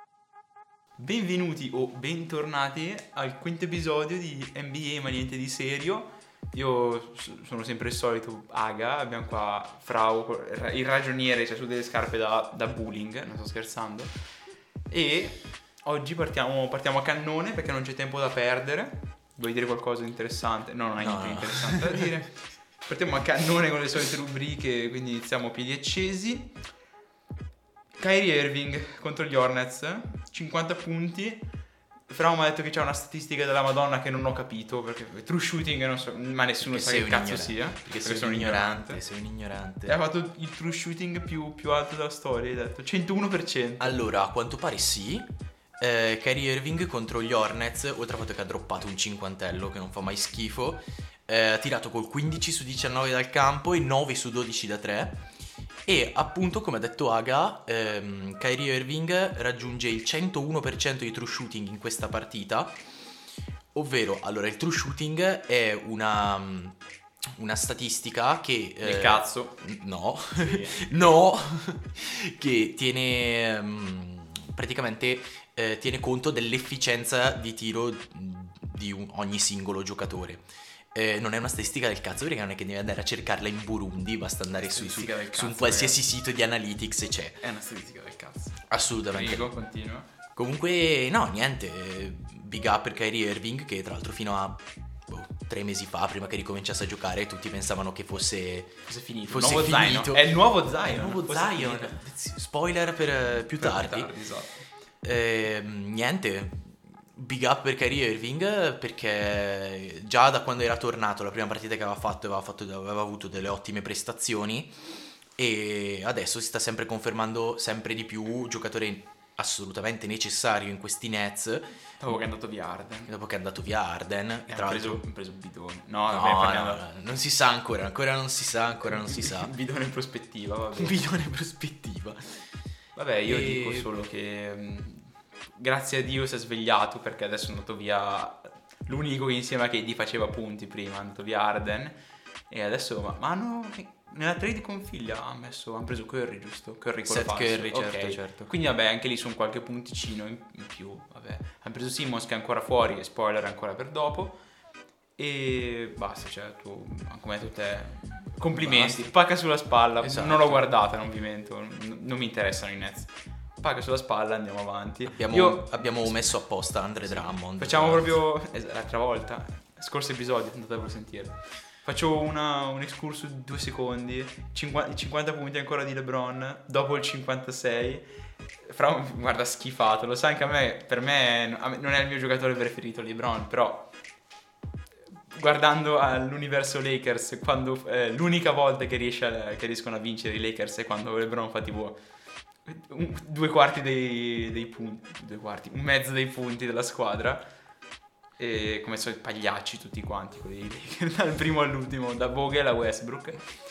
Benvenuti o bentornati al quinto episodio di NBA ma niente di serio. Io sono sempre il solito Aga, abbiamo qua Frau, il ragioniere, cioè su delle scarpe da bowling, non sto scherzando. E oggi partiamo a cannone perché non c'è tempo da perdere. Vuoi dire qualcosa di interessante? No, non hai niente di interessante da dire. Partiamo a cannone con le solite rubriche, quindi iniziamo a piedi accesi. Kyrie Irving contro gli Hornets, 50 punti. Fra mi ha detto che c'è una statistica della Madonna che non ho capito, perché true shooting non so, ma nessuno sa che cazzo sia. Perché sono ignorante. Sei un ignorante. E ha fatto il true shooting più alto della storia, hai detto 101%. Allora, a quanto pare sì. Kyrie Irving contro gli Hornets, oltre al fatto che ha droppato un cinquantello che non fa mai schifo, ha tirato col 15 su 19 dal campo e 9 su 12 da 3. E appunto, come ha detto Aga, Kyrie Irving raggiunge il 101% di true shooting in questa partita. Ovvero, allora, il true shooting è una statistica che... Il cazzo. No, Sì. no, che tiene... praticamente tiene conto dell'efficienza di tiro di ogni singolo giocatore. Non è una statistica del cazzo, perché non è che devi andare a cercarla in Burundi, basta andare su un qualsiasi sito di analytics e c'è. È una statistica del cazzo. Assolutamente. Prego, continua. Comunque, no, niente, big up per Kyrie Irving, che tra l'altro fino a 3 mesi fa, prima che ricominciasse a giocare, tutti pensavano che fosse finito. Fosse Nuovo finito. Zion. È il nuovo Zion. È il nuovo Fosse Zion. finito. Spoiler per più tardi. Esatto. Niente, big up per Kyrie Irving, perché già da quando era tornato, la prima partita che aveva avuto delle ottime prestazioni, e adesso si sta sempre confermando sempre di più giocatore assolutamente necessario in questi Nets. Dopo che è andato via Harden. E tra l'altro Ha preso bidone. No, non si sa ancora non si sa. Bidone in prospettiva, vabbè. Bidone in prospettiva. Vabbè, io dico solo che grazie a Dio si è svegliato, perché adesso è andato via l'unico che insieme a KD faceva punti prima, è andato via Harden, e adesso nella trade con figlia hanno preso Curry, giusto? Curry con Seth Curry, okay. certo. Quindi vabbè, anche lì sono qualche punticino in più, vabbè. Hanno preso Simmons, che è ancora fuori, e spoiler ancora per dopo, e basta, cioè tu, come hai detto te, complimenti, Basta. pacca sulla spalla. Esatto. Non l'ho guardata, non vi mento, non mi interessano i Nets. Pacca sulla spalla, andiamo avanti. Abbiamo messo apposta Andre Drummond. Facciamo proprio l'altra volta, scorso episodio, andatevelo a sentire. Faccio un excursus di 2 secondi. 50 punti ancora di LeBron dopo il 56. Fra guarda, schifato. Lo sai, anche per me non è il mio giocatore preferito LeBron, però guardando all'universo Lakers, quando l'unica volta che riescono a vincere i Lakers è quando LeBron fa tipo 2/4 dei punti, 2/4, un mezzo dei punti della squadra, e come sono i pagliacci tutti quanti, quelli dal primo all'ultimo, da Vogel a Westbrook,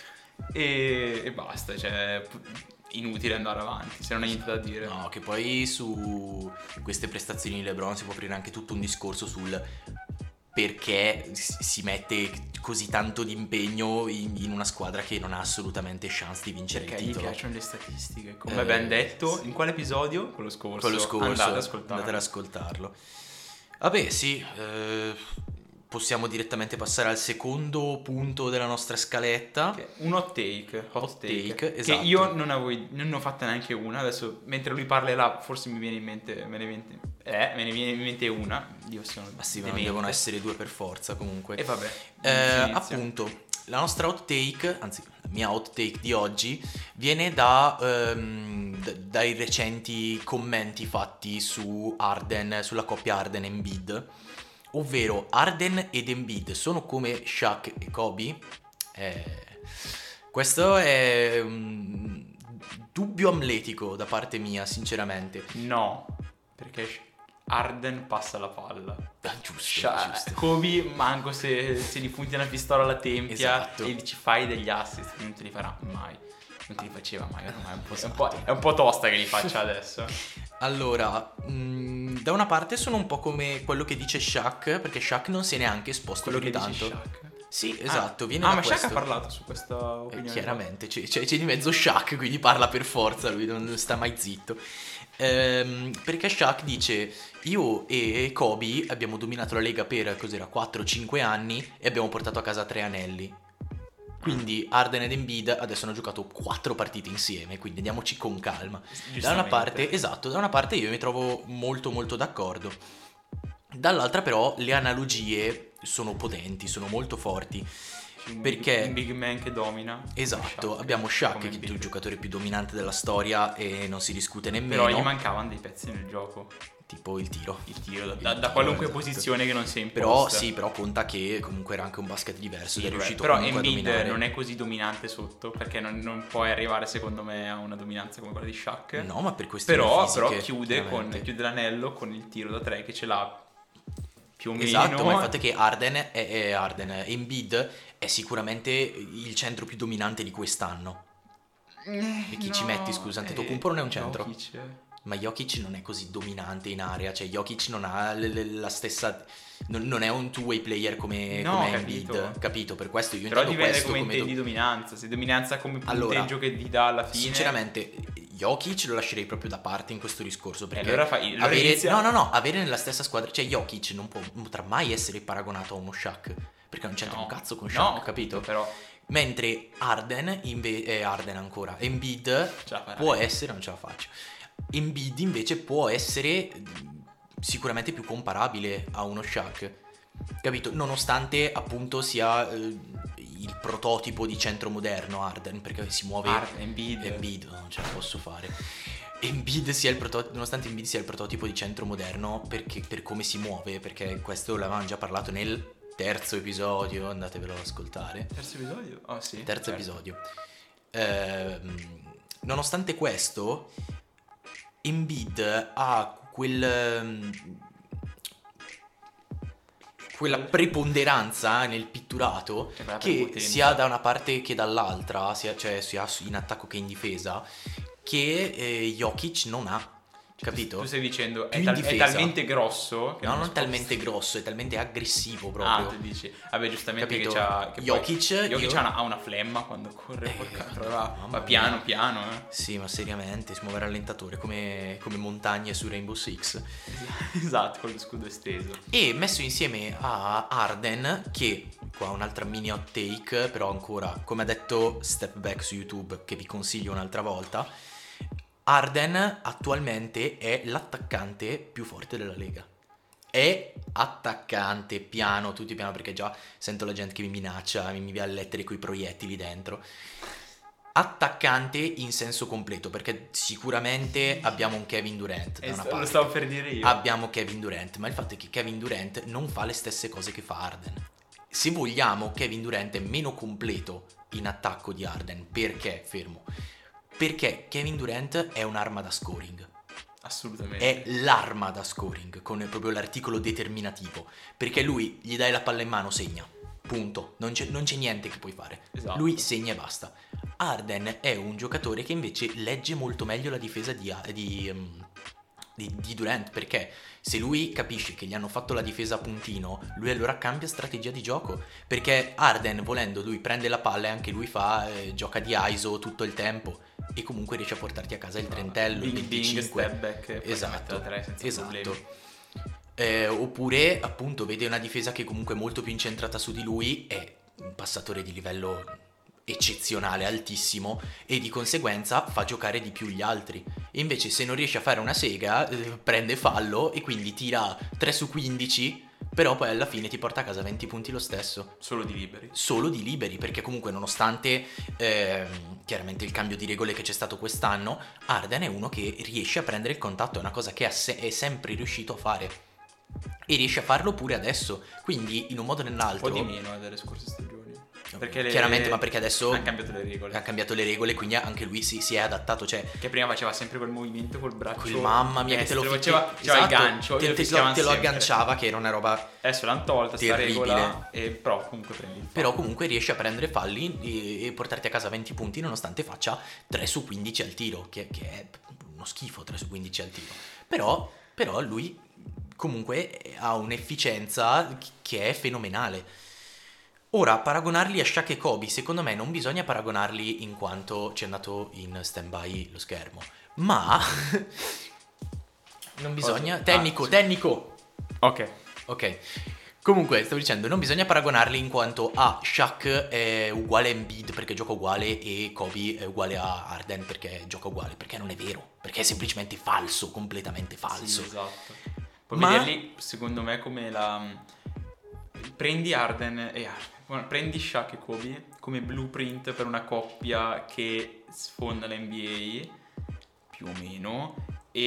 e basta, cioè inutile andare avanti se non hai niente da dire. No, che poi su queste prestazioni di LeBron si può aprire anche tutto un discorso sul perché si mette così tanto di impegno in una squadra che non ha assolutamente chance di vincere Perché il titolo. gli piacciono le statistiche, come abbiamo detto. Sì. In quale episodio? Quello scorso. Andate ad ad ascoltarlo. Vabbè, sì, possiamo direttamente passare al secondo punto della nostra scaletta. Un hot take, esatto. Che io non ho fatta neanche una. Adesso mentre lui parlerà forse me ne viene in mente una. Io sono Ma sì, ma non demente. devono essere 2 per forza comunque. E vabbè, appunto, la nostra hot take, anzi la mia hot take di oggi, viene dai recenti commenti fatti su Harden, sulla coppia Harden-Embiid, ovvero Harden ed Embiid sono come Shaq e Kobe. Questo è un dubbio amletico da parte mia, sinceramente. No, perché Harden passa la palla. Giusto. Kobe manco se gli punti una pistola alla tempia, Esatto. e ci fai degli assist, non te li farà mai. Non te li faceva mai ormai, è un po' tosta che li faccia adesso. Allora, da una parte sono un po' come quello che dice Shaq, perché Shaq non si è neanche esposto Quello più che tanto. dice Shaq. Sì, esatto, viene Ah, da ma Shaq questo. ha parlato su questa opinione. Chiaramente, c'è di mezzo Shaq, quindi parla per forza, lui non sta mai zitto. Perché Shaq dice: io e Kobe abbiamo dominato la Lega per cos'era 4-5 anni e abbiamo portato a casa 3 anelli. Quindi Harden ed Embiid adesso hanno giocato 4 partite insieme, quindi andiamoci con calma. Da una parte, esatto, da una parte io mi trovo molto molto d'accordo. Dall'altra però le analogie sono potenti, sono molto forti. Perché un big man che domina. esatto, Shaq, abbiamo Shaq come che è Embiid. il giocatore più dominante della storia e non si discute nemmeno. Però gli mancavano dei pezzi nel gioco. Tipo il tiro. Il tiro, Il da tiro, qualunque esatto. posizione che non sia Però imposta. sì, però conta che comunque era anche un basket diverso ed è Sì, riuscito però comunque a Embiid dominare. non è così dominante sotto, perché non puoi arrivare secondo me a una dominanza come quella di Shaq. No, ma per questioni Però fisiche, chiude chiaramente. l'anello con il tiro da 3 che ce l'ha più o meno. Esatto, ma il fatto è che Embiid è sicuramente il centro più dominante di quest'anno. E chi ci metti, scusa? Antetokounmpo non è un centro. Jokic. Ma Jokic non è così dominante in area, cioè Jokic non ha la stessa... Non è un two-way player come Embiid, capito? Per questo io Però intendo dipende questo come come... intendi dominanza. Se dominanza come punteggio Allora, che ti dà alla fine. Sinceramente, Jokic lo lascerei proprio da parte in questo discorso, perché allora inizia. avere nella stessa squadra, cioè Jokic non potrà mai essere paragonato a uno Shaq, perché non c'entra un cazzo con Shaq, capito? Però Mentre Harden ancora, Embiid può essere, non ce la faccio. Embiid invece può essere sicuramente più comparabile a uno Shaq, capito? Nonostante appunto sia il prototipo di centro moderno Harden, perché si muove Embiid non ce la posso fare. Nonostante Embiid sia il prototipo di centro moderno perché per come si muove, perché questo l'avevamo già parlato nel terzo episodio, andatevelo ad ascoltare. Terzo episodio? Oh sì. Terzo episodio. Nonostante questo, Embiid ha quella preponderanza nel pitturato che sia da una parte che dall'altra, sia in attacco che in difesa, che Jokic non ha. Capito? Tu stai dicendo Più è talmente grosso che non talmente grosso, è talmente aggressivo proprio. Ah, tu dici. Vabbè, giustamente capito? che c'ha Jokic ha una flemma quando corre, porca troia, va piano piano, Sì, ma seriamente, si muove a rallentatore come montagne su Rainbow Six. Esatto, con lo scudo esteso. E messo insieme a Harden, che qua un'altra mini hot take, però ancora, come ha detto Step Back su YouTube, che vi consiglio un'altra volta, Harden attualmente è l'attaccante più forte della Lega. È attaccante, piano, tutti piano, perché già sento la gente che mi minaccia, mi invia lettere coi proiettili dentro. Attaccante in senso completo, perché sicuramente abbiamo un Kevin Durant da una parte. Lo stavo per dire io. Abbiamo Kevin Durant, ma il fatto è che Kevin Durant non fa le stesse cose che fa Harden. Se vogliamo, Kevin Durant è meno completo in attacco di Harden. Perché? Fermo. Perché Kevin Durant è un'arma da scoring. Assolutamente. È l'arma da scoring, con proprio l'articolo determinativo. Perché lui gli dai la palla in mano, segna. Punto. Non c'è niente che puoi fare. Esatto. Lui segna e basta. Harden è un giocatore che invece legge molto meglio la difesa di Durant, perché se lui capisce che gli hanno fatto la difesa a puntino, lui allora cambia strategia di gioco, perché Harden, volendo, lui prende la palla e anche lui gioca di ISO tutto il tempo e comunque riesce a portarti a casa il trentello, il 25 step back, esatto, esatto. Oppure appunto vede una difesa che comunque è molto più incentrata su di lui, è un passatore di livello eccezionale, altissimo, e di conseguenza fa giocare di più gli altri. E invece se non riesce a fare una sega prende fallo e quindi tira 3 su 15, però poi alla fine ti porta a casa 20 punti lo stesso. Solo di liberi, perché comunque nonostante chiaramente il cambio di regole che c'è stato quest'anno, Harden è uno che riesce a prendere il contatto, è una cosa che è sempre riuscito a fare e riesce a farlo pure adesso, quindi in un modo o nell'altro. Un po' di meno delle scorse stagioni. Perché chiaramente, ma perché adesso ha cambiato le regole, quindi anche lui si è adattato, cioè che prima faceva sempre quel movimento col braccio, mamma mia, che te lo faceva esatto, il gancio, te lo agganciava, che era una roba adesso l'hanno tolta sta regola, però comunque prendi il fallo. Però comunque riesce a prendere falli e portarti a casa 20 punti nonostante faccia 3 su 15 al tiro, che è uno schifo 3 su 15 al tiro, però lui comunque ha un'efficienza che è fenomenale. Ora, paragonarli a Shaq e Kobe, secondo me non bisogna paragonarli in quanto ci è andato in stand-by lo schermo, ma non bisogna... Tecnico! Ok. Comunque, stavo dicendo, non bisogna paragonarli in quanto Shaq è uguale a Embiid perché gioca uguale e Kobe è uguale a Harden perché gioca uguale, perché non è vero, perché è semplicemente falso, completamente falso. Sì, esatto. Puoi vederli, secondo me, come prendi prendi Shaq e Kobe come blueprint per una coppia che sfonda l'NBA, più o meno,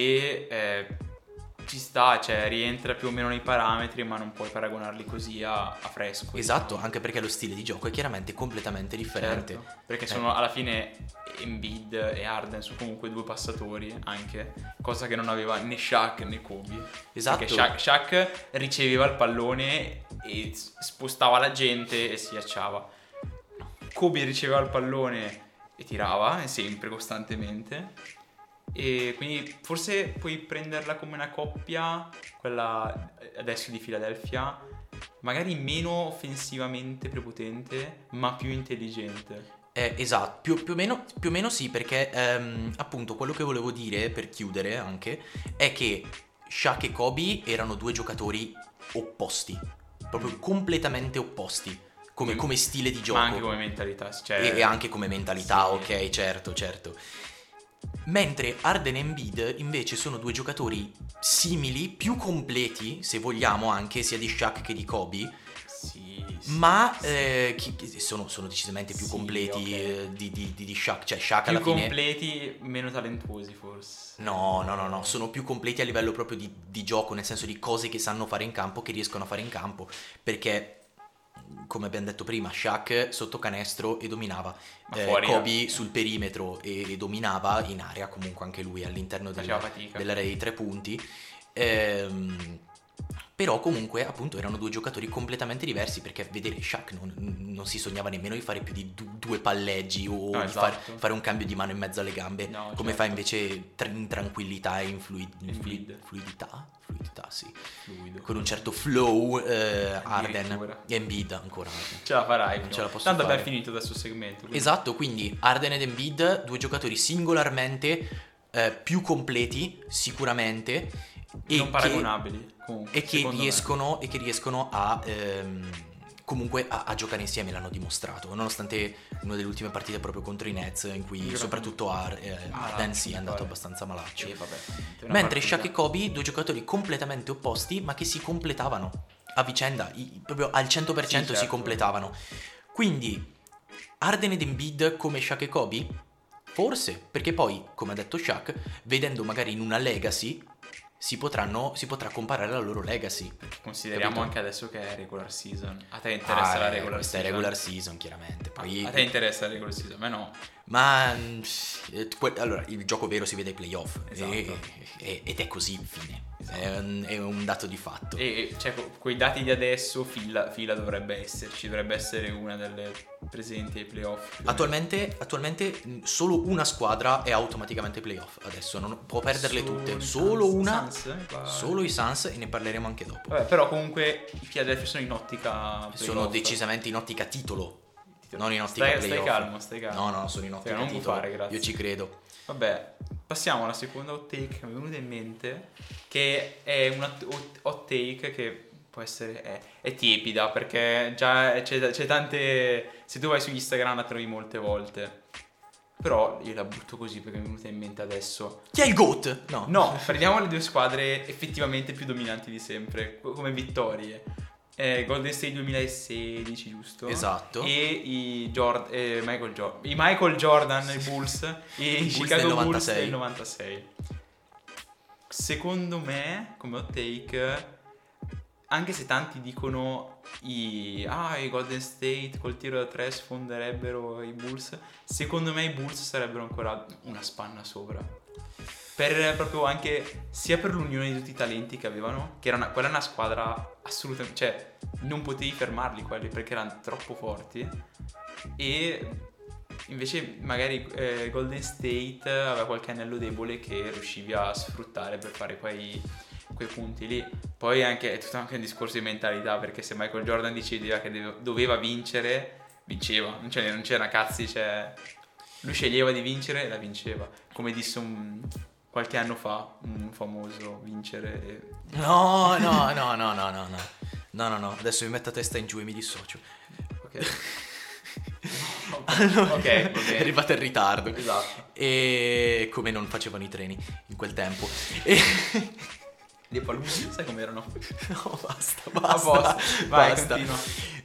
e ci sta, cioè rientra più o meno nei parametri, ma non puoi paragonarli così a fresco. Esatto, anche perché lo stile di gioco è chiaramente completamente differente. Certo, perché sono alla fine Embiid e Harden sono comunque due passatori anche, cosa che non aveva né Shaq né Kobe. Esatto. Perché Shaq riceveva il pallone e spostava la gente e si ghiacciava. Kobe riceveva il pallone e tirava, sempre, costantemente. E quindi forse puoi prenderla come una coppia, quella adesso di Philadelphia, magari meno offensivamente prepotente, ma più intelligente. Esatto, più o meno sì, perché appunto quello che volevo dire per chiudere anche è che Shaq e Kobe erano due giocatori opposti, proprio completamente opposti, come stile di gioco. Ma anche come mentalità, cioè... e anche come mentalità, sì. Ok, certo. Mentre Harden e Embiid invece sono due giocatori simili, più completi, se vogliamo, anche sia di Shaq che di Kobe. Sì, ma sono decisamente più sì, completi okay. di Shaq. Cioè Shaq più alla fine... completi, meno talentuosi forse. No, sono più completi a livello proprio di gioco, nel senso di cose che sanno fare in campo, che riescono a fare in campo. Perché, come abbiamo detto prima, Shaq sotto canestro e dominava, Kobe sul perimetro e dominava in area, comunque anche lui all'interno dell'area dei 3 punti. Però comunque appunto erano due giocatori completamente diversi, perché vedere Shaq non si sognava nemmeno di fare più di due palleggi o di fare un cambio di mano in mezzo alle gambe, come fa invece in tranquillità e in fluidità, sì, fluido, con un certo flow Harden e Embiid ancora ce la farai, non ce la posso tanto fare. abbiamo finito adesso segmento, quindi. Esatto, quindi Harden ed Embiid, due giocatori singolarmente più completi sicuramente, non paragonabili comunque, e che riescono a comunque a giocare insieme, l'hanno dimostrato, nonostante una delle ultime partite proprio contro i Nets in cui soprattutto Harden è andato abbastanza malaccio. Mentre Shaq e Kobe, due giocatori completamente opposti ma che si completavano a vicenda, proprio al 100% sì, certo. Si completavano. Quindi Harden ed Embiid come Shaq e Kobe? Forse, perché poi, come ha detto Shaq, vedendo magari in una legacy si potrà comparare la loro legacy. Perché consideriamo anche adesso che è regular season. A te interessa la regular season? È regular season, chiaramente. Poi, a te interessa la regular season, a me no. Ma allora il gioco vero si vede ai playoff, esatto. Ed è così, fine. Esatto. È un dato di fatto. E cioè, quei dati di adesso, fila dovrebbe esserci, dovrebbe essere una delle presenti ai playoff. Attualmente solo una squadra è automaticamente playoff. Adesso non può perderle tutte. Solo una. Solo i Suns, e ne parleremo anche dopo. Vabbè, però comunque i Philadelphia sono in ottica playoff. Sono decisamente in ottica titolo. Non in ottica playoff. Stai calmo. No, sono in ottica non titolo. Buffare, grazie. Io ci credo. Vabbè, passiamo alla seconda hot take che mi è venuta in mente, che è una hot take che può essere è tiepida, perché già c'è tante, se tu vai su Instagram la trovi molte volte. Però io la butto così perché mi è venuta in mente adesso. Chi è il GOAT? No, prendiamo le due squadre effettivamente più dominanti di sempre come vittorie. Golden State 2016, giusto? Esatto. E i Michael Jordan, i Bulls, e i Chicago Bulls del 96. Secondo me, come hot take, anche se tanti dicono i Golden State col tiro da 3 sfonderebbero i Bulls, secondo me i Bulls sarebbero ancora una spanna sopra. Proprio anche sia per l'unione di tutti i talenti che avevano, che quella è una squadra assolutamente, cioè non potevi fermarli quelli perché erano troppo forti, e invece magari Golden State aveva qualche anello debole che riuscivi a sfruttare per fare poi quei punti lì. Poi è tutto anche un discorso di mentalità, perché se Michael Jordan decideva che doveva vincere, vinceva, non c'era cazzi, cioè lui sceglieva di vincere e la vinceva, come disse qualche anno fa un famoso vincere. No, adesso mi metto a testa in giù e mi dissocio. Ok. Allora, Ok, va bene. è arrivato in ritardo. Esatto. E come non facevano i treni in quel tempo. Le paludi, sai com'erano? No, basta. Vai, basta. continua.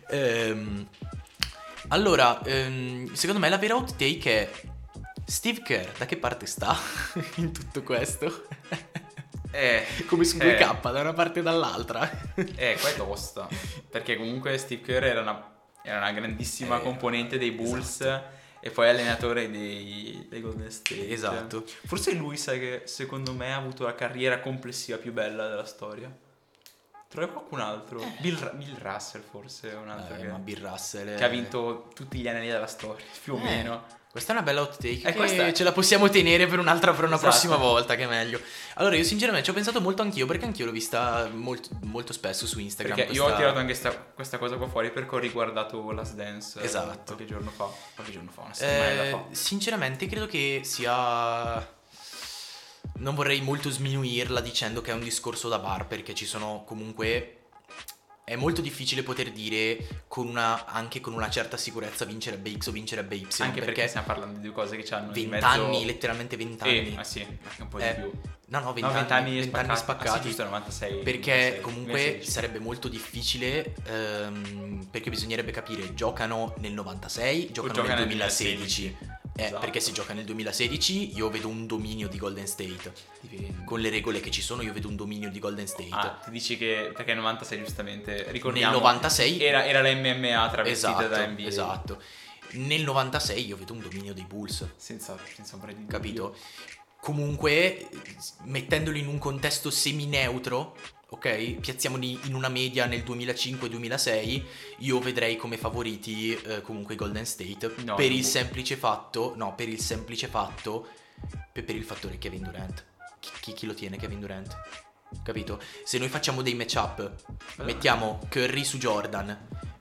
Allora, secondo me la vera hot take è Steve Kerr, da che parte sta in tutto questo? Come su 2K, da una parte e dall'altra. Qua è tosta, perché comunque Steve Kerr era una grandissima componente dei Bulls e poi allenatore dei Golden State. Esatto. Forse lui, sai che secondo me ha avuto la carriera complessiva più bella della storia. Trovi qualcun altro? Bill Russell forse è un altro Ma Bill Russell che ha vinto tutti gli anelli della storia, più o meno. Questa è una bella hot take che questa ce la possiamo tenere per una Esatto. prossima volta, che è meglio. Allora, io sinceramente ci ho pensato molto anch'io, perché anch'io l'ho vista molto, molto spesso su Instagram. Perché io ho tirato anche questa cosa qua fuori perché ho riguardato Last Dance Esatto. qualche giorno fa, una settimana fa. Sinceramente credo che sia... Non vorrei molto sminuirla dicendo che è un discorso da bar, perché ci sono comunque... È molto difficile poter dire anche con una certa sicurezza vincerebbe X o vincerebbe Y. Anche perché stiamo parlando di due cose che hanno 20 mezzo... anni, letteralmente 20 anni. Sì, anche un po' di più. No, 20 anni 20 anni spaccati. Ah, sì, giusto, 96. Perché 96, comunque 2016. sarebbe molto difficile, perché bisognerebbe capire, giocano nel 96, giocano nel 2016. Esatto. Perché se gioca nel 2016 io vedo un dominio di Golden State. Dipende. Con le regole che ci sono io vedo un dominio di Golden State. Ti dici che perché nel 96 giustamente ricordiamo Nel 96 era la MMA travestita da NBA. Esatto. Nel 96 io vedo un dominio dei Bulls. Senza ombra di dubbio. Capito? Comunque, mettendoli in un contesto semi-neutro, ok? Piazziamoli in una media nel 2005-2006, io vedrei come favoriti comunque i Golden State per il semplice fatto, per il fattore Kevin Durant. Chi lo tiene Kevin Durant? Capito? Se noi facciamo dei matchup, mettiamo Curry su Jordan,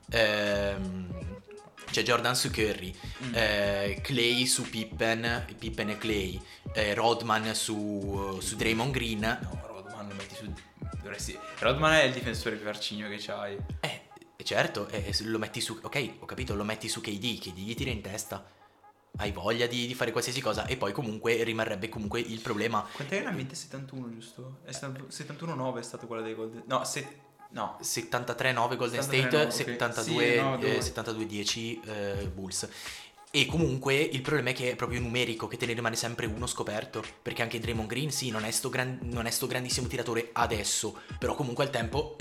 cioè Jordan su Curry, Clay su Pippen e Clay, Rodman su Draymond Green. No, Rodman lo metti su... Rodman è il difensore più arcigno che c'hai. Certo, lo metti su... Ok, ho capito, lo metti su KD gli tira in testa. Hai voglia di fare qualsiasi cosa. E poi comunque rimarrebbe comunque il problema. Quant'è che ne ha vinte? 71, giusto? 71-9 è stato quella dei Golden... No, 73-9 Golden 73-9, State, okay. 72-10 Bulls. E comunque il problema è che è proprio numerico, che te ne rimane sempre uno scoperto. Perché anche Draymond Green sì, non è sto grandissimo tiratore adesso, però comunque al tempo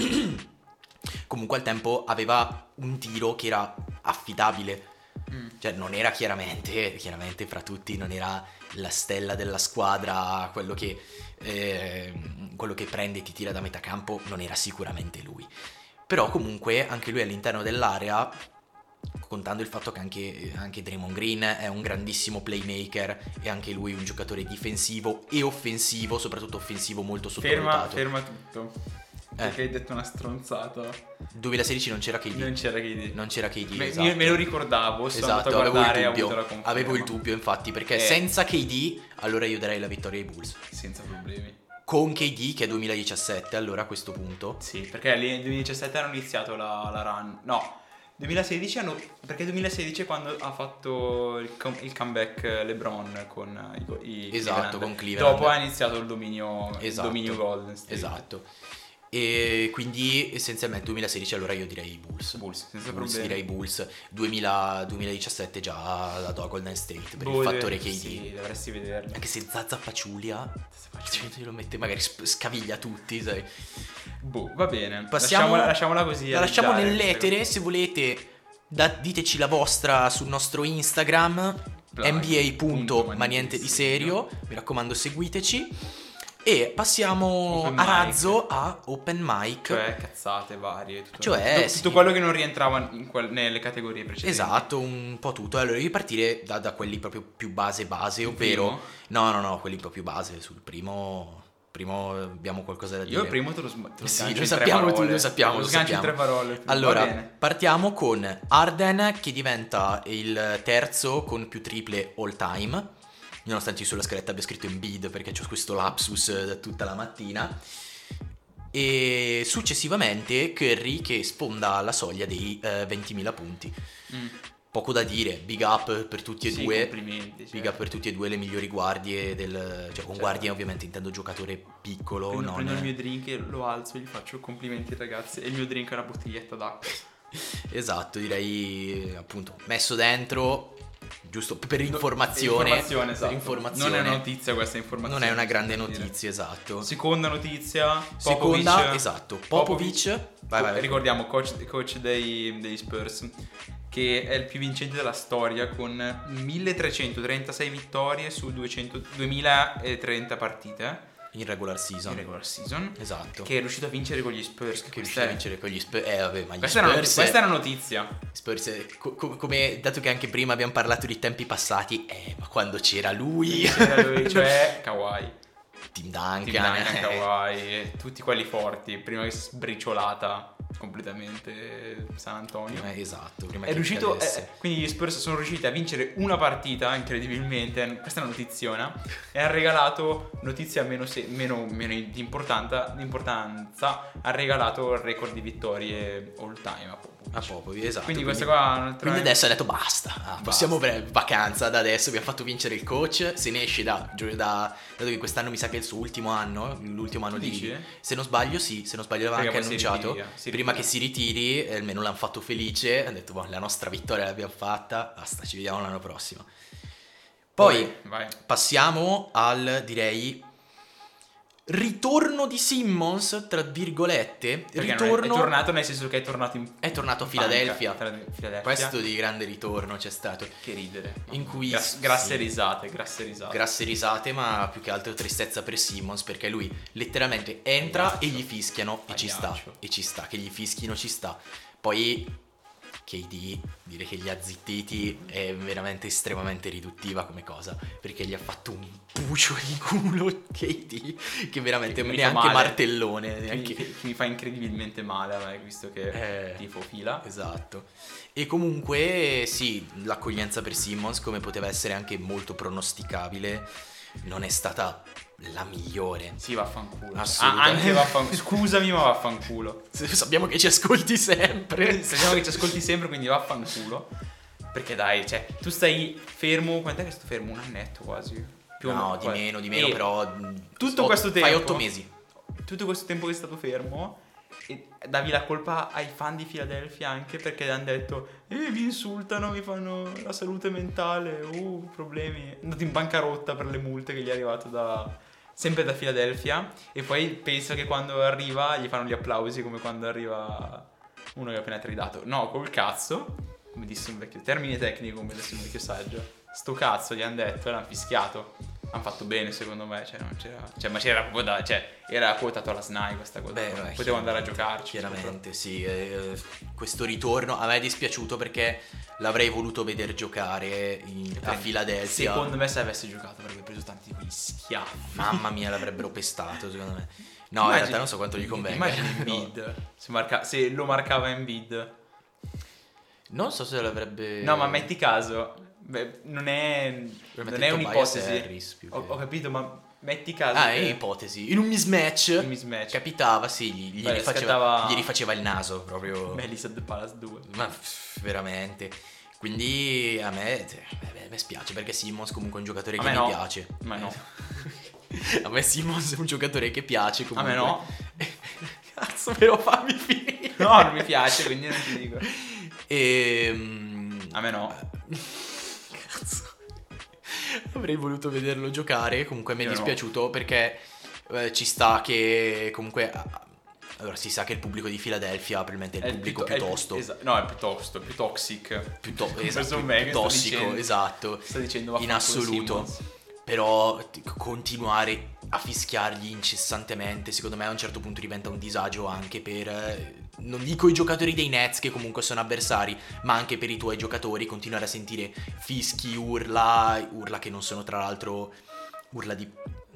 aveva un tiro che era affidabile. Cioè non era chiaramente fra tutti non era la stella della squadra, quello che prende e ti tira da metà campo, non era sicuramente lui. Però comunque anche lui all'interno dell'area, contando il fatto che anche Draymond Green è un grandissimo playmaker e anche lui un giocatore difensivo e offensivo, soprattutto offensivo molto sottovalutato. Ferma tutto. Perché hai detto una stronzata. 2016 non c'era KD. Non c'era KD. Esatto. Me lo ricordavo, sono Esatto, andato a guardare e ho avuto la conferma. avevo il dubbio infatti, perché senza KD allora io darei la vittoria ai Bulls. Senza problemi. Con KD che è 2017 allora a questo punto. Sì, perché nel 2017 hanno iniziato la run. No, 2016 perché 2016 è quando ha fatto il comeback LeBron con i Esatto, con Cleveland. Dopo ha iniziato il dominio Golden State. Esatto. E quindi essenzialmente 2016 allora io direi Bulls, senza problemi. direi Bulls. 2017 già la do a Golden State per il fattore KD. Sì, dovresti vederlo. Anche se Zaza Paciulia lo mette, magari scaviglia tutti, sai. Va bene. Passiamo, lasciamola così. La lasciamo nell'etere. Se volete diteci la vostra sul nostro Instagram nba.manientediserio. Mi raccomando, seguiteci. E passiamo a razzo a open mic. Cioè cazzate varie. Tutto quello che non rientrava nelle categorie precedenti. Esatto, un po' tutto. Allora io partire da quelli proprio più base, ovvero... No, quelli proprio base. Sul primo primo abbiamo qualcosa da dire. Io il primo te lo Sì, sgancio lo in sappiamo, tre tu parole. lo sappiamo, Lo lo sgancio in sappiamo. 3 parole. Va Allora, bene. partiamo con Harden che diventa il terzo con più triple all time, nonostante io sulla scaletta abbia scritto Embiid perché c'ho questo lapsus da tutta la mattina. E successivamente Curry che sfonda la soglia dei 20.000 punti. Poco da dire, big up per tutti e Sì, due. complimenti. Big up per tutti e due le migliori guardie del... Cioè con guardie ovviamente intendo giocatore piccolo, Prendo il mio drink e lo alzo e gli faccio complimenti ragazzi. E il mio drink è una bottiglietta d'acqua. Esatto, direi appunto messo dentro, giusto per informazione. Informazione, esatto. Per informazione. Non è una notizia questa informazione. Non è una grande bisogna dire. notizia, esatto. Seconda notizia, Seconda, Popovic. esatto, Popovic. Vai. Ricordiamo, coach dei Spurs, che è il più vincente della storia con 1336 vittorie su 2030 partite In regular in season. regular season. Esatto. Che è riuscito a vincere con gli Spurs. Che riuscì a vincere con gli Spurs. Vabbè, ma gli Questa Spurs... è una notizia. Spurs, come dato che anche prima abbiamo parlato di tempi passati, ma quando c'era lui, C'era lui, cioè Kawhi. Tim Duncan, Kawhi, e tutti quelli forti. Prima che sbriciolata completamente San Antonio. Esatto, prima È che riuscito, cadesse. quindi gli Spurs sono riusciti a vincere una partita, incredibilmente. Questa è una notiziona. E ha regalato, notizia meno di importanza, ha regalato il record di vittorie all time a Popovic. A Popovic, esatto. Quindi questa qua è un'altra- Quindi adesso ha detto basta, possiamo vacanza da adesso, abbiamo fatto vincere il coach, se ne esce dato che quest'anno mi sa che è il suo ultimo anno, l'ultimo anno Dici? di... Se non sbaglio sì, se non sbaglio l'aveva Perché anche poi si annunciato, ritira. prima che si ritiri, almeno l'hanno fatto felice, ha detto la nostra vittoria l'abbiamo fatta, basta, ci vediamo l'anno prossimo. Poi vai. passiamo al, direi, ritorno di Simmons, tra virgolette. Perché non è tornato nel senso che è tornato È tornato a in panca, Philadelphia. Questo di grande ritorno c'è stato. Che ridere. In cui Grasse sì, risate. grasse risate, ma più che altro tristezza per Simmons, perché lui letteralmente entra e gli fischiano e ci sta. E ci sta, che gli fischino ci sta. Poi KD, dire che li ha zittiti è veramente estremamente riduttiva come cosa, perché gli ha fatto un bucio in culo KD che veramente mi fa neanche male. martellone, Che mi fa incredibilmente male a me, visto che tifo fila. Esatto. E comunque sì, l'accoglienza per Simmons, come poteva essere anche molto pronosticabile, non è stata la migliore. Sì, vaffanculo. Assolutamente. Anche vaffanculo. Scusami, ma vaffanculo. Sappiamo che ci ascolti sempre. Sappiamo che ci ascolti sempre, quindi vaffanculo. Perché dai, cioè, tu stai fermo. Quant'è che sto fermo? Un annetto quasi. Più o No, meno, di meno, però tutto questo tempo. fai 8 mesi. Tutto questo tempo che è stato fermo, e davi la colpa ai fan di Philadelphia anche perché hanno detto vi insultano, mi fanno la salute mentale, problemi. È andato in bancarotta per le multe che gli è arrivato sempre da Philadelphia. E poi pensa che quando arriva gli fanno gli applausi come quando arriva uno che ha appena tridato. No, col cazzo, come disse un vecchio termine tecnico, come disse un vecchio saggio. Sto cazzo gli hanno detto e l'hanno fischiato. Hanno fatto bene secondo me, cioè non c'era, cioè, ma c'era proprio era quotato alla SNAI questa cosa. Potevo andare a giocarci. Chiaramente sì, questo ritorno a me è dispiaciuto perché l'avrei voluto vedere giocare a Philadelphia. Secondo me se avesse giocato avrebbe preso tanti di quegli schiaffi. Mamma mia, l'avrebbero pestato secondo me. No, in realtà non so quanto gli convenga. Immagina Embiid, se lo marcava Embiid. Non so se l'avrebbe... No, ma metti caso, non è un'ipotesi. Ho capito, ma metti caso. È ipotesi. In un mismatch. Capitava, sì, gli rifaceva il naso proprio. Melissa The Palace 2. Ma veramente. Quindi a me spiace perché Simmons comunque è un giocatore che mi piace. Ma no. A me Simmons è un giocatore che piace comunque. A me no. Cazzo, però fammi finire. No, non mi piace, quindi non ti dico. A me no. Cazzo. Avrei voluto vederlo giocare. Comunque mi è dispiaciuto perché ci sta che comunque... Allora si sa che il pubblico di Philadelphia probabilmente è il pubblico più tosto. No, è piuttosto, più toxic. Più tossico, esatto. Sta dicendo in assoluto. Però continuare a fischiargli incessantemente, secondo me a un certo punto diventa un disagio anche per, non dico i giocatori dei Nets che comunque sono avversari, ma anche per i tuoi giocatori. Continuare a sentire fischi, urla che non sono tra l'altro urla di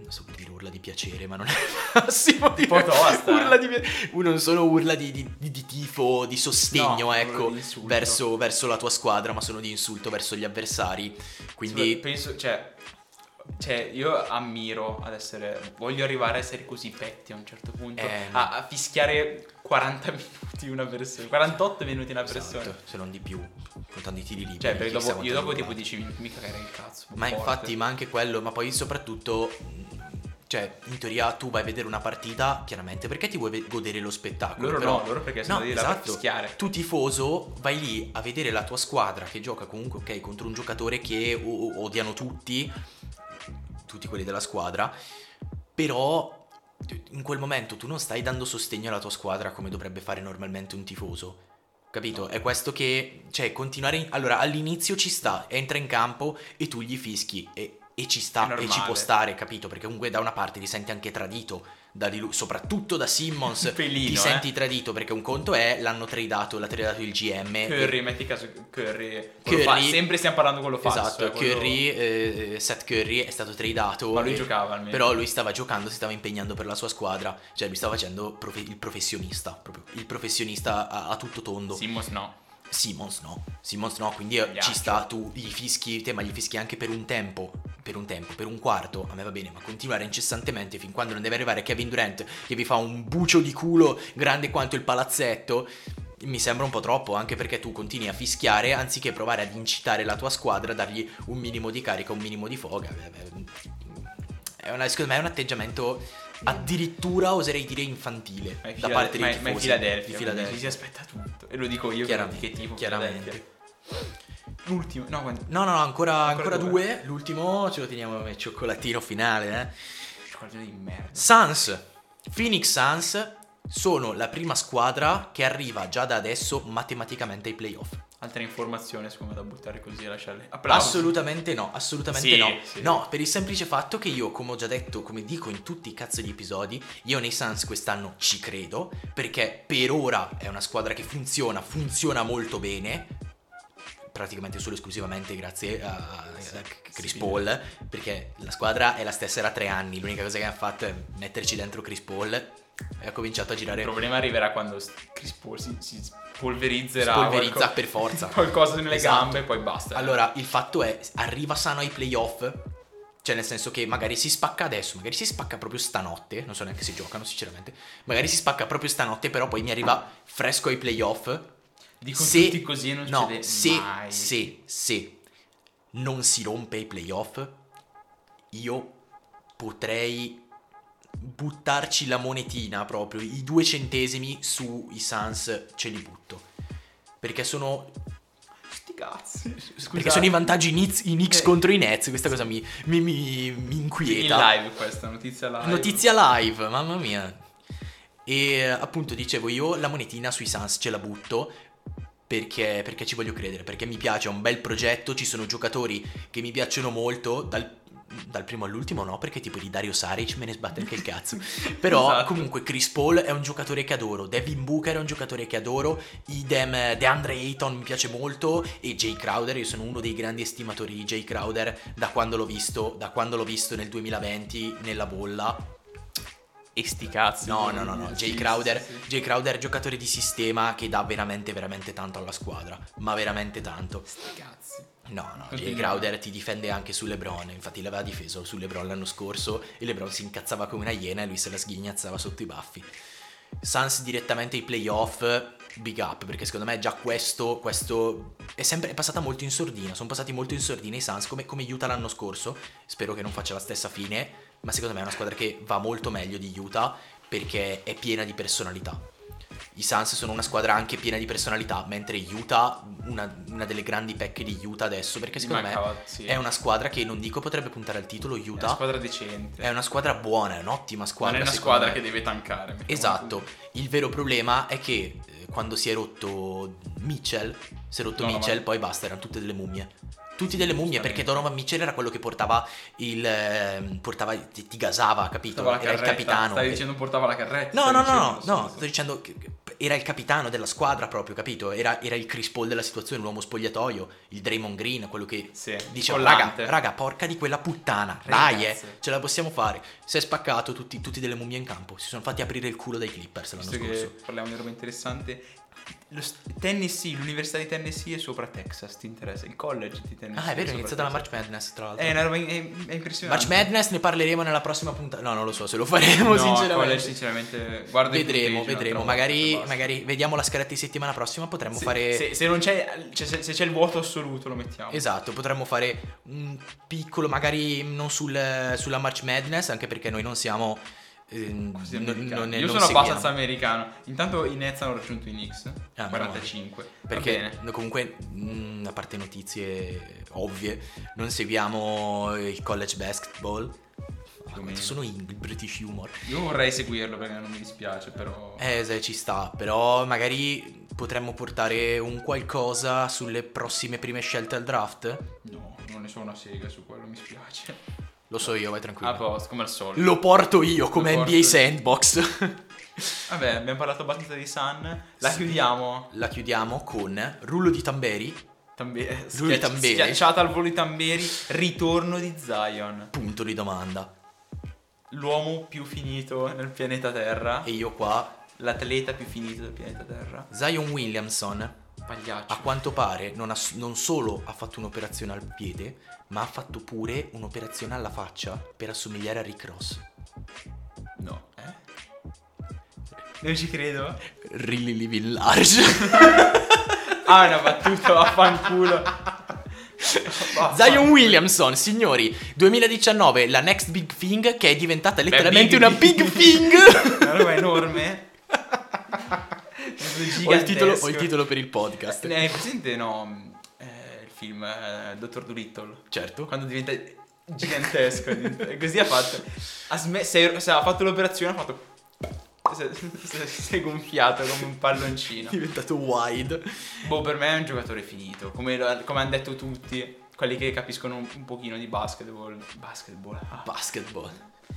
non so per dire urla di piacere, ma non è il massimo Un po' tosta, urla non sono urla di tifo, di sostegno, No, ecco, di insulto. verso la tua squadra, ma sono di insulto verso gli avversari. Quindi penso, cioè, io ammiro voglio arrivare a essere così petti a un certo punto, a fischiare 40 minuti una persona, 48 minuti una persona. esatto, se non di più, contando i tiri liberi. Cioè, perché chissà io dopo quanto tipo durate. dici mi cagare il cazzo. Ma forte. infatti, ma anche quello, ma poi soprattutto, cioè, in teoria tu vai a vedere una partita, chiaramente, perché ti vuoi godere lo spettacolo. Loro però, no, loro perché sono no, lì là per esatto. fischiare. Tu tifoso vai lì a vedere la tua squadra che gioca comunque, ok, contro un giocatore che odiano tutti quelli della squadra, però in quel momento tu non stai dando sostegno alla tua squadra come dovrebbe fare normalmente un tifoso. Capito? È questo che, cioè, continuare. Allora, all'inizio ci sta, entra in campo e tu gli fischi e ci È sta e ci normale. può stare, capito? Perché comunque da una parte ti senti anche tradito, soprattutto da Simmons Un pelino, ti senti tradito, perché un conto è l'ha tradato il GM. Curry, metti caso Curry. Sempre stiamo parlando con lo falso. Esatto, Curry, Seth Curry è stato tradato. Ma lui giocava almeno. Però lui stava giocando, si stava impegnando per la sua squadra. Cioè lui stava facendo il professionista, proprio il professionista a tutto tondo. Simmons no. Simmons no, quindi ci sta, tu gli fischi te, ma gli fischi anche per un tempo, per un quarto, a me va bene, ma continuare incessantemente fin quando non deve arrivare Kevin Durant che vi fa un bucio di culo grande quanto il palazzetto, mi sembra un po' troppo, anche perché tu continui a fischiare anziché provare ad incitare la tua squadra, dargli un minimo di carica, un minimo di foga. Secondo me è un atteggiamento addirittura oserei dire infantile da parte dei tifosi. Ma in Philadelphia ci si aspetta tutto. E lo dico io che tifo chiaramente. L'ultimo, no, ancora due. Due. L'ultimo ce lo teniamo come cioccolatino finale, Cioccolatino di merda. Phoenix Suns sono la prima squadra che arriva già da adesso matematicamente ai playoff. Altra informazione secondo me da buttare così e lasciarle. Applausi. Assolutamente no. Sì. No, per il semplice fatto che io, come ho già detto, come dico in tutti i cazzo di episodi, io nei Suns quest'anno ci credo, perché per ora è una squadra che funziona molto bene, praticamente solo esclusivamente grazie a Chris Paul, perché la squadra è la stessa, era 3 anni, l'unica cosa che ha fatto è metterci dentro Chris Paul e ha cominciato a girare. Il problema arriverà quando Chris Paul si spolverizza per forza qualcosa nelle gambe e poi basta. Allora il fatto è, arriva sano ai playoff, cioè nel senso che magari si spacca adesso, magari si spacca proprio stanotte, non so neanche se giocano sinceramente, magari si spacca proprio stanotte, però poi mi arriva fresco ai playoff. Dico tutti così e non succede mai. Se non si rompe ai playoff, io potrei buttarci la monetina, proprio i 2 centesimi sui Suns ce li butto, perché sono sti cazzi. Perché sono i vantaggi i Knicks contro i Nets. Questa cosa mi inquieta. In live questa notizia live, mamma mia. E appunto dicevo, io la monetina sui Suns ce la butto perché ci voglio credere, perché mi piace, è un bel progetto, ci sono giocatori che mi piacciono molto, dal primo all'ultimo no, perché tipo di Dario Saric me ne sbatte anche il cazzo. Però esatto. Comunque Chris Paul è un giocatore che adoro, Devin Booker è un giocatore che adoro, idem DeAndre Ayton mi piace molto, e Jay Crowder, io sono uno dei grandi estimatori di Jay Crowder da quando l'ho visto nel 2020 nella bolla. E sti cazzi. No. Jay Crowder è giocatore di sistema che dà veramente veramente tanto alla squadra, ma veramente tanto. Sti cazzi. No, Jay Crowder ti difende anche su LeBron, infatti l'aveva difeso su LeBron l'anno scorso e LeBron si incazzava come una iena e lui se la sghignazzava sotto i baffi. Suns direttamente ai playoff, big up, perché secondo me già questo è passata molto in sordina, sono passati molto in sordina i Suns come Utah l'anno scorso, spero che non faccia la stessa fine, ma secondo me è una squadra che va molto meglio di Utah perché è piena di personalità. I Suns sono una squadra anche piena di personalità, mentre Utah, una delle grandi pecche di Utah adesso, perché secondo me è una squadra che non dico potrebbe puntare al titolo. Utah è una squadra decente, è una squadra buona, è un'ottima squadra. Non è una squadra che deve tankare. Esatto, il vero problema è che quando si è rotto Mitchell, poi basta, erano tutte delle mummie. Tutti delle mummie, perché Donovan Mitchell era quello che portava ti gasava, capito? Era il capitano. Stai dicendo portava la carretta? No, sto dicendo che era il capitano della squadra proprio, capito? Era il Chris Paul della situazione, l'uomo spogliatoio, il Draymond Green, quello che diceva raga, porca di quella puttana, dai, ce la possiamo fare. Si è spaccato, tutti delle mummie in campo, si sono fatti aprire il culo dai Clippers l'anno scorso. Parliamo di roba interessante. Tennessee, l'università di Tennessee è sopra Texas, ti interessa? Il college di Tennessee. Ah, è vero, è iniziata la March Madness, tra l'altro. È una roba è impressionante. March Madness ne parleremo nella prossima puntata. No, non lo so se lo faremo, sinceramente. College, sinceramente, guarda, vedremo. Magari vediamo la scaletta di settimana prossima, potremmo fare se non c'è, se c'è il vuoto assoluto lo mettiamo. Esatto, potremmo fare un piccolo, magari non sulla March Madness, anche perché noi non siamo io sono abbastanza americano. Intanto i Nets hanno raggiunto i Knicks 45. Perché comunque, a parte notizie ovvie, non seguiamo il college basketball. Sono il British humor. Io vorrei seguirlo perché non mi dispiace, però ci sta. Però magari potremmo portare un qualcosa sulle prossime prime scelte al draft. No, non ne so una sega su quello, mi spiace. Lo so io, vai tranquillo. A posto, come al solito. Lo porto io come NBA Sandbox. Vabbè, abbiamo parlato abbastanza di Sun. La chiudiamo con rullo di tamberi. Tamberi. Schiacciata al volo di tamberi. Ritorno di Zion. Punto di domanda. L'uomo più finito nel pianeta Terra. E io qua. L'atleta più finito del pianeta Terra. Zion Williamson. Pagliaccio. A quanto pare non solo ha fatto un'operazione al piede, ma ha fatto pure un'operazione alla faccia per assomigliare a Rick Ross. No. Non ci credo. Really living large. Una battuta, vaffanculo. Zion Williamson, signori, 2019, la next big thing, che è diventata letteralmente una big thing. Una roba enorme. Ho il titolo per il podcast. Hai presente, no? Il film Dottor Dolittle. Certo. Quando diventa gigantesco. Così ha fatto. Se ha fatto l'operazione, ha fatto. Si è gonfiato come un palloncino. È diventato wide. Per me è un giocatore finito. Come hanno detto tutti, quelli che capiscono un pochino di basketball. Basketball.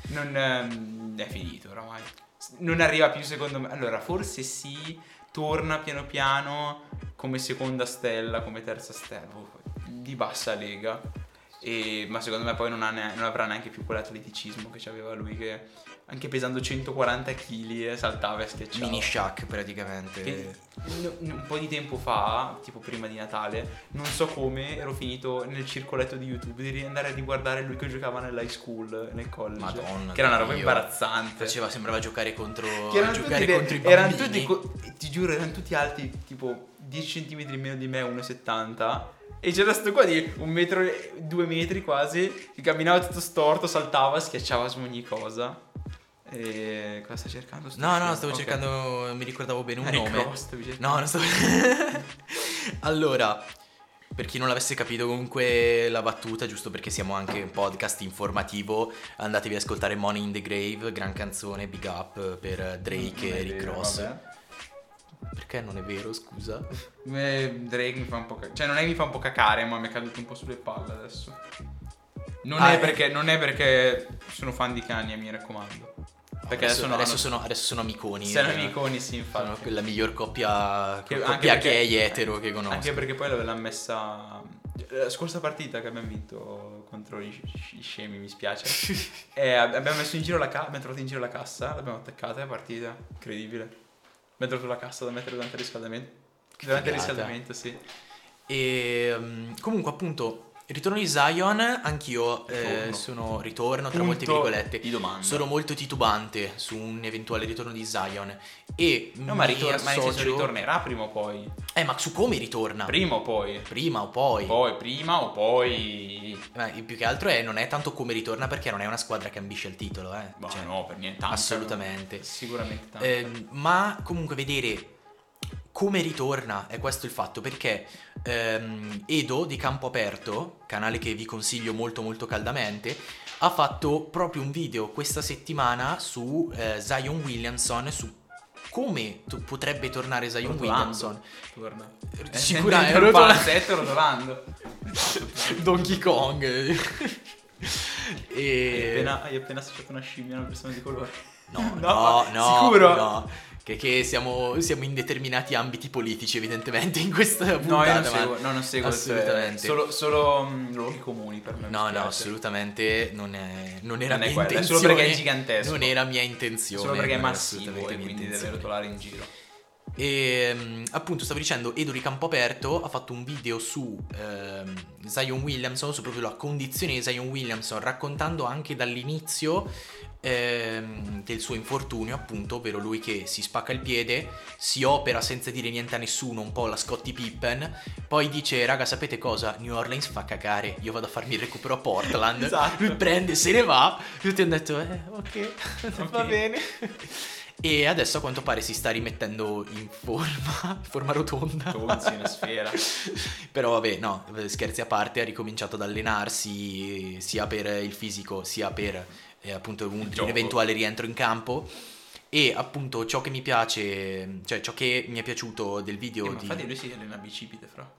Non è finito oramai. Non arriva più, secondo me. Allora, forse sì, torna piano piano come seconda stella, come terza stella di bassa lega. Ma secondo me poi non avrà neanche più quell'atleticismo che aveva lui, che anche pesando 140 kg saltava e schiacciava. Mini Shaq praticamente. Un po' di tempo fa, tipo prima di Natale, non so come, ero finito nel circoletto di YouTube di andare a riguardare lui che giocava nell'high school, nel college. Madonna, che era una roba imbarazzante. Sembrava giocare contro i bambini. Ti giuro, erano tutti alti tipo 10 cm meno di me, 1,70. E c'era sto qua di 1 metro, 2 metri quasi, che camminava tutto storto, saltava, schiacciava su ogni cosa. E cosa stai cercando? Stavo cercando, non mi ricordavo bene un nome. Non stavo. Allora, per chi non l'avesse capito, comunque la battuta, giusto perché siamo anche un podcast informativo, andatevi ad ascoltare Money in the Grave, gran canzone, big up per Drake e Rick Ross. Vabbè. Perché non è vero, scusa? Drake mi fa un po' cioè non è che mi fa un po' cacare, ma mi è caduto un po' sulle palle adesso. Non è perché sono fan di Kanye, mi raccomando. Perché adesso sono amiconi. Sono amiconi, sì, infatti. Sono la miglior coppia gay etero che conosco. Anche perché poi l'ha messa la scorsa partita che abbiamo vinto contro i scemi, mi spiace. E abbiamo messo in giro abbiamo trovato in giro la cassa, l'abbiamo attaccata e è partita. Incredibile. Abbiamo trovato la cassa da mettere durante il riscaldamento. Durante il riscaldamento, sì. E comunque, appunto, il ritorno di Zion, anch'io ritorno tra molte virgolette. Sono molto titubante su un eventuale ritorno di Zion. E ma nel senso ritornerà prima o poi. Ma su come ritorna? Prima o poi. Prima o poi. Prima o poi. Ma più che altro non è tanto come ritorna, perché non è una squadra che ambisce il titolo, Cioè, no, per niente. Assolutamente. Sicuramente tanto. Ma comunque vedere come ritorna è questo il fatto, perché Edo di Campo Aperto, canale che vi consiglio molto molto caldamente, ha fatto proprio un video questa settimana su Zion Williamson, su come potrebbe tornare Zion Williamson. Torna. Sicuramente rotolando. Donkey Kong. Hai appena associato una scimmia a una persona di colore. No, sicuro? No. Che siamo in determinati ambiti politici, evidentemente, in questa puntata. Non seguo assolutamente. Solo luoghi comuni per me. No, assolutamente non era mia quella, intenzione. solo perché è gigantesco. Non era mia intenzione. Solo perché è non era massivo assolutamente e mia quindi deve intenzione. rotolare in giro. E appunto stavo dicendo, Edo di Campoaperto ha fatto un video su Zion Williamson, su proprio la condizione di Zion Williamson, raccontando anche dall'inizio del suo infortunio, appunto, ovvero lui che si spacca il piede, si opera senza dire niente a nessuno, un po' la Scottie Pippen, poi dice: raga, sapete cosa? New Orleans fa cagare, io vado a farmi il recupero a Portland. Esatto. Lui prende, se ne va, tutti hanno detto ok, va bene. E adesso a quanto pare si sta rimettendo in forma rotonda. Tonzi, una sfera. Però vabbè, no, scherzi a parte, ha ricominciato ad allenarsi sia per il fisico sia per appunto un eventuale rientro in campo. E appunto ciò che mi piace, cioè ciò che mi è piaciuto del video ma infatti lui si allena a bicipite, fra.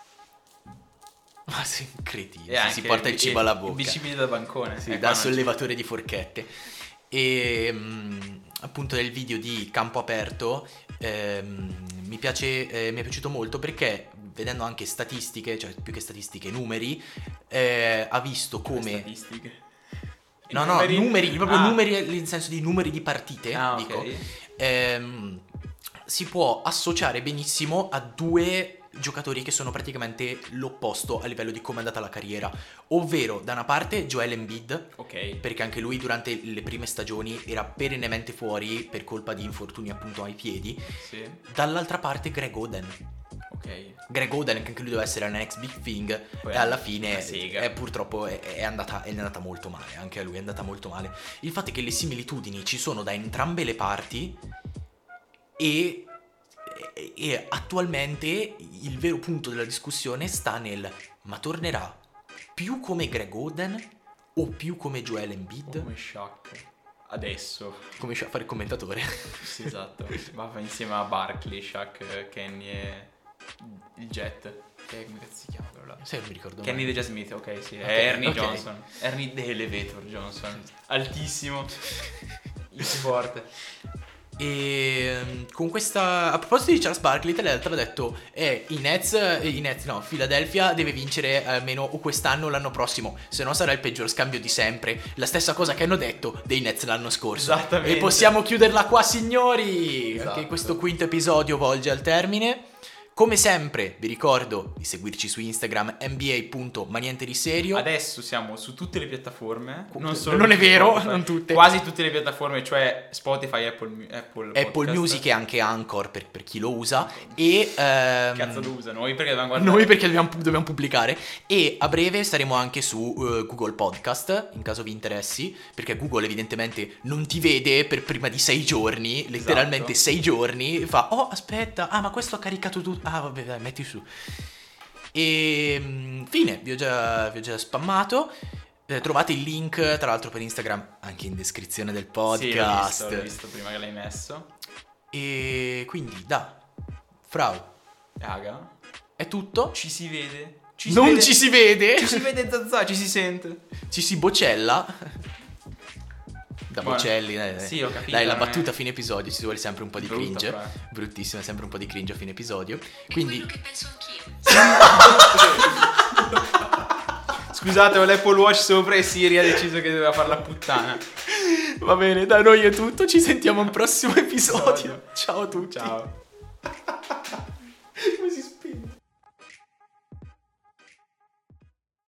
Ma sì, cretino, si anche porta il cibo alla bocca. Bicipite da bancone. Sì, da sollevatore di forchette. E appunto nel video di Campo Aperto mi è piaciuto molto perché, vedendo anche statistiche, cioè più che statistiche, numeri, ha visto come... Statistiche? No, numeri, proprio numeri nel senso di numeri di partite, dico. Okay. Si può associare benissimo a due giocatori che sono praticamente l'opposto a livello di come è andata la carriera, ovvero da una parte Joel Embiid, Ok. perché anche lui durante le prime stagioni era perennemente fuori per colpa di infortuni appunto ai piedi. Sì. Dall'altra parte Greg Oden. Ok. Greg Oden, che anche lui doveva essere la next big thing, Poi e alla fine sega. purtroppo è andata molto male, anche a lui è andata molto male. Il fatto è che le similitudini ci sono da entrambe le parti e attualmente il vero punto della discussione sta nel: ma tornerà più come Greg Oden o più come Joel Embiid? Come Shaq. Adesso. Come a fare il commentatore. Sì, esatto. Va insieme a Barkley, Shaq, Kenny e il Jet. Come cazzo si chiama quello là? Sai, non mi ricordo Kenny mai. Deja Smith, ok, sì. Ok, È Ernie ok. Johnson. Ernie The Elevator Johnson. Altissimo. Il forte. E con questa, a proposito di Charles Barkley, tra l'altro ha detto Philadelphia deve vincere almeno o quest'anno o l'anno prossimo, se no sarà il peggior scambio di sempre. La stessa cosa che hanno detto dei Nets l'anno scorso. Esattamente. E possiamo chiuderla qua, signori. Esatto. Anche questo quinto episodio volge al termine. Come sempre vi ricordo di seguirci su Instagram nba.manientediserio. Adesso siamo su tutte le piattaforme. Non solo è su vero, Spotify. non tutte. Quasi tutte le piattaforme, cioè Spotify, Apple Podcast. Music e anche Anchor per chi lo usa. E Cazzo lo usa, noi perché dobbiamo guardare. noi perché dobbiamo pubblicare. E a breve saremo anche su Google Podcast, in caso vi interessi, perché Google evidentemente non ti vede per prima di 6 giorni, letteralmente Esatto. 6 giorni. Fa: oh aspetta, ma questo ha caricato tutto. Ah vabbè, dai, metti su. E fine, vi ho già spammato. Trovate il link tra l'altro per Instagram anche in descrizione del podcast. Sì, l'ho visto prima che l'hai messo. E quindi Frau, Raga, è tutto. ci si vede. Ci si vede. Ci si vede zazza, ci si sente. Ci si bocella. Da Buono. Bocelli, Sì, ho capito. dai, la non è- battuta a fine episodio, ci vuole sempre un po' di Brutta, cringe. però. Bruttissima, sempre un po' di cringe a fine episodio. Quindi Quello che penso anch'io. Scusate, ho l'Apple Watch sopra e Siri ha deciso che doveva fare la puttana. va bene, da noi è tutto, ci sentiamo al prossimo episodio. Ciao a tutti. Ciao.